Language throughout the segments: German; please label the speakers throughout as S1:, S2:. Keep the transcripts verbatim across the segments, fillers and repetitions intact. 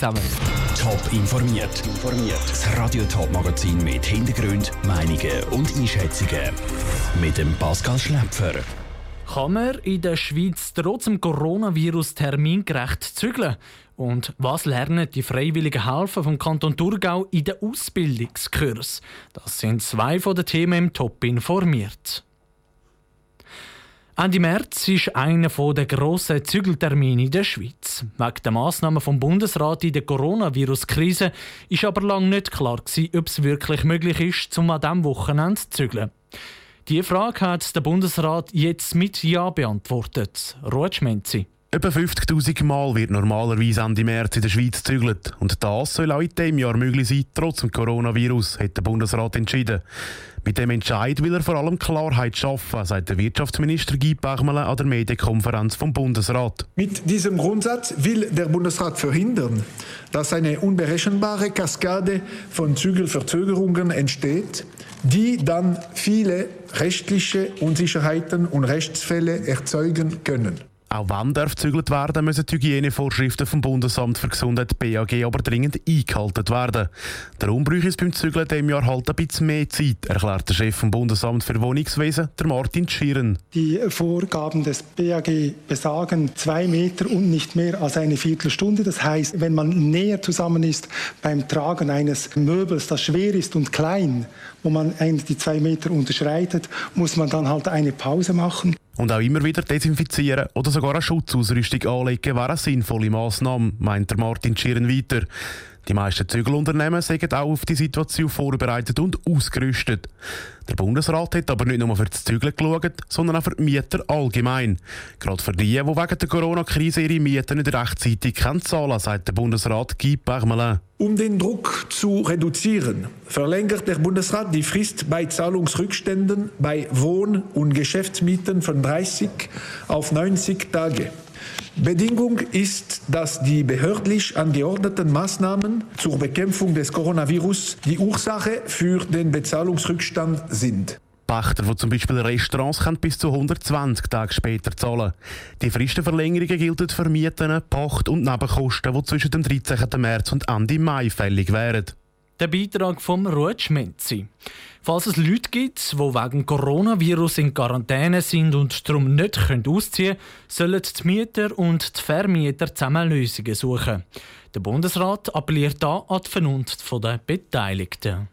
S1: zusammen.
S2: Top informiert. Das Radio Top Magazin mit Hintergrund, Meinungen und Einschätzungen. Mit dem Pascal Schläpfer.
S1: Kann man in der Schweiz trotz dem Coronavirus termingerecht zügeln? Und was lernen die freiwilligen Helfer vom Kanton Thurgau in den Ausbildungskurs? Das sind zwei von den Themen im Top informiert. Ende März ist einer der grossen Zügeltermine in der Schweiz. Wegen der Massnahmen vom Bundesrat in der Coronavirus-Krise war aber lange nicht klar, ob es wirklich möglich ist, um an diesem Wochenende zu zügeln. Diese Frage hat der Bundesrat jetzt mit Ja beantwortet. Ruud Schmenzi.
S3: Etwa fünfzigtausend Mal wird normalerweise Ende März in der Schweiz gezügelt. Und das soll auch in diesem Jahr möglich sein, trotz dem Coronavirus, hat der Bundesrat entschieden. Mit dem Entscheid will er vor allem Klarheit schaffen, sagt der Wirtschaftsminister Guy Parmelin an der Medienkonferenz vom Bundesrat.
S4: Mit diesem Grundsatz will der Bundesrat verhindern, dass eine unberechenbare Kaskade von Zügelverzögerungen entsteht, die dann viele rechtliche Unsicherheiten und Rechtsfälle erzeugen können.
S3: Auch wann darf gezügelt werden, müssen die Hygienevorschriften vom Bundesamt für Gesundheit B A G aber dringend eingehalten werden. Darum bräuchte es beim Zügeln diesem Jahr halt ein bisschen mehr Zeit, erklärt der Chef vom Bundesamt für Wohnungswesen, der Martin Schieren.
S5: Die Vorgaben des B A G besagen zwei Meter und nicht mehr als eine Viertelstunde. Das heißt, wenn man näher zusammen ist beim Tragen eines Möbels, das schwer ist und klein, wo man die zwei Meter unterschreitet, muss man dann halt eine Pause machen.
S3: Und auch immer wieder desinfizieren oder sogar eine Schutzausrüstung anlegen wäre eine sinnvolle Massnahme, meint der Martin Schieren weiter. Die meisten Zügelunternehmen sind auch auf die Situation vorbereitet und ausgerüstet. Der Bundesrat hat aber nicht nur für das Zügeln geschaut, sondern auch für die Mieter allgemein. Gerade für die, die wegen der Corona-Krise ihre Mieten nicht rechtzeitig zahlen können, sagt der Bundesrat Guy Parmelin.
S4: Um den Druck zu reduzieren, verlängert der Bundesrat die Frist bei Zahlungsrückständen bei Wohn- und Geschäftsmieten von dreißig auf neunzig Tage. Bedingung ist, dass die behördlich angeordneten Maßnahmen zur Bekämpfung des Coronavirus die Ursache für den Bezahlungsrückstand sind.
S3: Pächter von zum Beispiel Restaurants können bis zu hundertzwanzig Tage später zahlen. Die Fristenverlängerungen gelten für Mieten, Pacht und Nebenkosten, die zwischen dem dreizehnten März und Ende Mai fällig wären.
S1: Der Beitrag von Ruud Schmenzi. Falls es Leute gibt, die wegen Coronavirus in Quarantäne sind und darum nicht ausziehen können, sollen die Mieter und die Vermieter zusammen Lösungen suchen. Der Bundesrat appelliert da an die Vernunft der Beteiligten.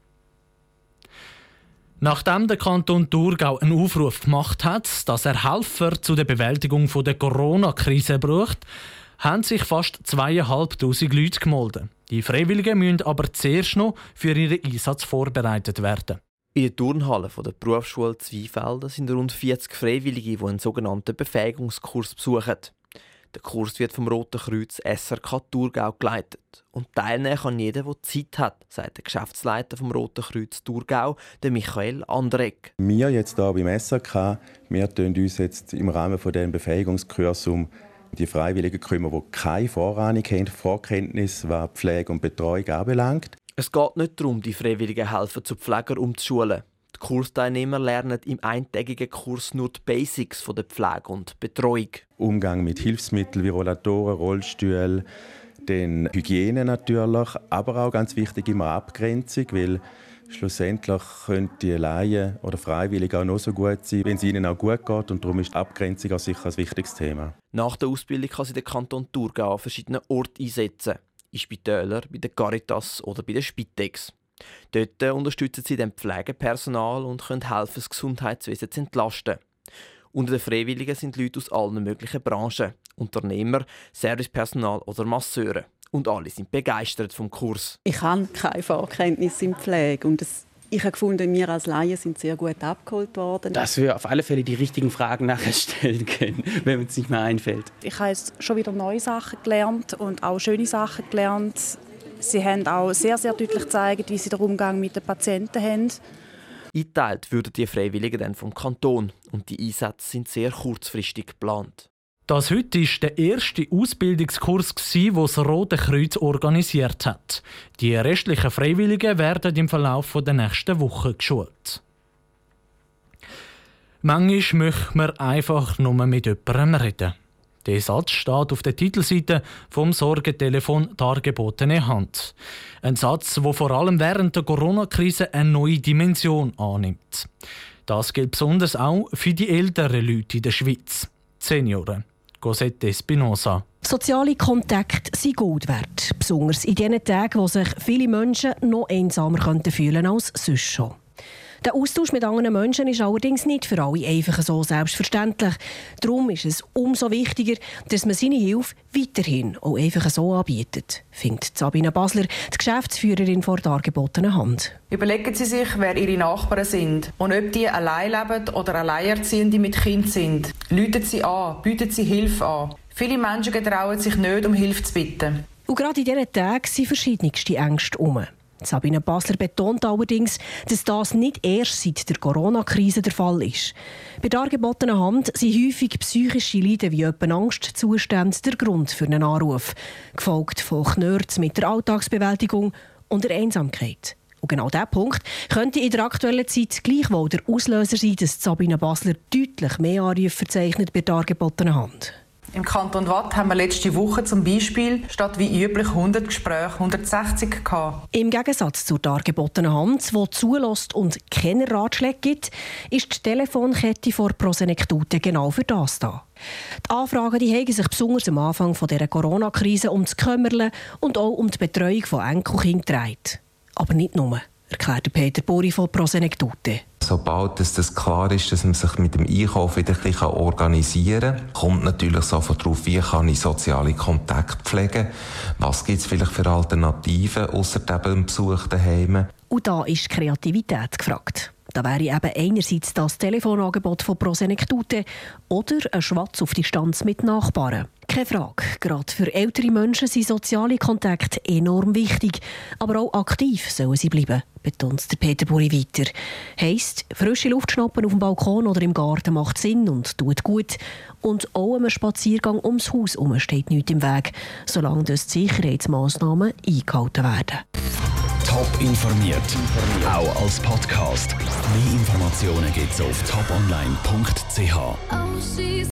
S1: Nachdem der Kanton Thurgau einen Aufruf gemacht hat, dass er Helfer zu der Bewältigung der Corona-Krise braucht, haben sich fast zweieinhalbtausend Leute gemeldet. Die Freiwilligen müssen aber zuerst noch für ihren Einsatz vorbereitet werden.
S6: In der Turnhalle der Berufsschule Zweifelden sind rund vierzig Freiwillige, die einen sogenannten Befähigungskurs besuchen. Der Kurs wird vom Roten Kreuz S R K Thurgau geleitet. Und teilnehmen kann jeder, der Zeit hat, sagt der Geschäftsleiter vom Roten Kreuz Thurgau, der Michael Andreck.
S7: Wir jetzt hier beim S R K, wir kümmern uns jetzt im Rahmen von diesem Befähigungskurs um die Freiwilligen kümmern, die keine Vorahnung haben, Vorkenntnis, was Pflege und Betreuung anbelangt.
S6: Es geht nicht darum, die Freiwilligen helfen zu Pflegern umzuschulen. Die Kursteilnehmer lernen im eintägigen Kurs nur die Basics von der Pflege und Betreuung.
S7: Umgang mit Hilfsmitteln wie Rollatoren, Rollstühle, dann Hygiene natürlich, aber auch ganz wichtig immer Abgrenzung, weil schlussendlich können die Laien oder Freiwilligen auch noch so gut sein, wenn es ihnen auch gut geht. Und darum ist die Abgrenzung auch sicher ein wichtiges Thema.
S6: Nach der Ausbildung kann sich der Kanton Thurgau an verschiedenen Orten einsetzen. In Spitälern, bei der Caritas oder bei der Spitex. Dort unterstützen sie dann Pflegepersonal und können helfen, das Gesundheitswesen zu entlasten. Unter den Freiwilligen sind Leute aus allen möglichen Branchen. Unternehmer, Servicepersonal oder Masseure. Und alle sind begeistert vom Kurs.
S8: Ich habe keine Vorkenntnisse in Pflege und es, ich habe gefunden, wir als Laien sind sehr gut abgeholt worden.
S9: Dass wir auf alle Fälle die richtigen Fragen nachher stellen können, wenn uns nicht mehr einfällt.
S10: Ich habe jetzt schon wieder neue Sachen gelernt und auch schöne Sachen gelernt. Sie haben auch sehr, sehr deutlich gezeigt, wie sie den Umgang mit den Patienten haben.
S6: Eingeteilt würden die Freiwilligen dann vom Kanton und die Einsätze sind sehr kurzfristig geplant.
S1: Das heute war der erste Ausbildungskurs, den das Rote Kreuz organisiert hat. Die restlichen Freiwilligen werden im Verlauf der nächsten Woche geschult. Manchmal möchte man einfach nur mit jemandem reden. Der Satz steht auf der Titelseite vom Sorgentelefon «Dargebotene Hand». Ein Satz, der vor allem während der Corona-Krise eine neue Dimension annimmt. Das gilt besonders auch für die älteren Leute in der Schweiz. Senioren. Cosette Espinosa.
S11: Soziale Kontakte sind Gold wert, besonders in diesen Tagen, wo sich viele Menschen noch einsamer fühlen könnten als sonst schon. Der Austausch mit anderen Menschen ist allerdings nicht für alle einfach so selbstverständlich. Darum ist es umso wichtiger, dass man seine Hilfe weiterhin auch einfach so anbietet, findet Sabine Basler, die Geschäftsführerin vor der dargebotenen Hand.
S12: Überlegen Sie sich, wer Ihre Nachbarn sind und ob die allein leben oder Alleinerziehende mit Kind sind. Rufen Sie an, bieten Sie Hilfe an. Viele Menschen getrauen sich nicht, um Hilfe zu bitten.
S11: Und gerade in diesen Tagen sind verschiedenste Ängste herum. Sabine Basler betont allerdings, dass das nicht erst seit der Corona-Krise der Fall ist. Bei der dargebotenen Hand sind häufig psychische Leiden wie etwa Angstzustände der Grund für einen Anruf, gefolgt von Knörz mit der Alltagsbewältigung und der Einsamkeit. Und genau dieser Punkt könnte in der aktuellen Zeit gleichwohl der Auslöser sein, dass Sabine Basler deutlich mehr Anrufe verzeichnet bei der dargebotenen Hand.
S12: Im Kanton Waadt haben wir letzte Woche zum Beispiel statt wie üblich hundert Gespräche hundertsechzig gehabt.
S11: Im Gegensatz zur dargebotenen Hand, die zulässt und keine Ratschläge gibt, ist die Telefonkette vor Prosenektute genau für das da. Die Anfragen die haben sich besonders am Anfang dieser Corona-Krise um das Kümmern und auch um die Betreuung von Enkelkindern gedreht. Aber nicht nur, erklärt Peter Bori von Prosenektute.
S13: Sobald es das klar ist, dass man sich mit dem Einkauf wieder ein bisschen organisieren kann, kommt natürlich sofort darauf, wie kann ich soziale Kontakte pflegen, was gibt es vielleicht für Alternativen ausser dem Besuch daheim.
S11: Und da ist Kreativität gefragt. Da wäre eben einerseits das Telefonangebot von Prosenektute oder ein Schwatz auf Distanz mit Nachbarn. Keine Frage, gerade für ältere Menschen sind soziale Kontakte enorm wichtig. Aber auch aktiv sollen sie bleiben, betont der Peter Buri weiter. Heisst, frische Luft schnappen auf dem Balkon oder im Garten macht Sinn und tut gut. Und auch einem Spaziergang ums Haus herum steht nichts im Weg, solange die Sicherheitsmassnahmen eingehalten werden.
S2: Top informiert, auch als Podcast. Mehr Informationen gibt's auf top online punkt c h.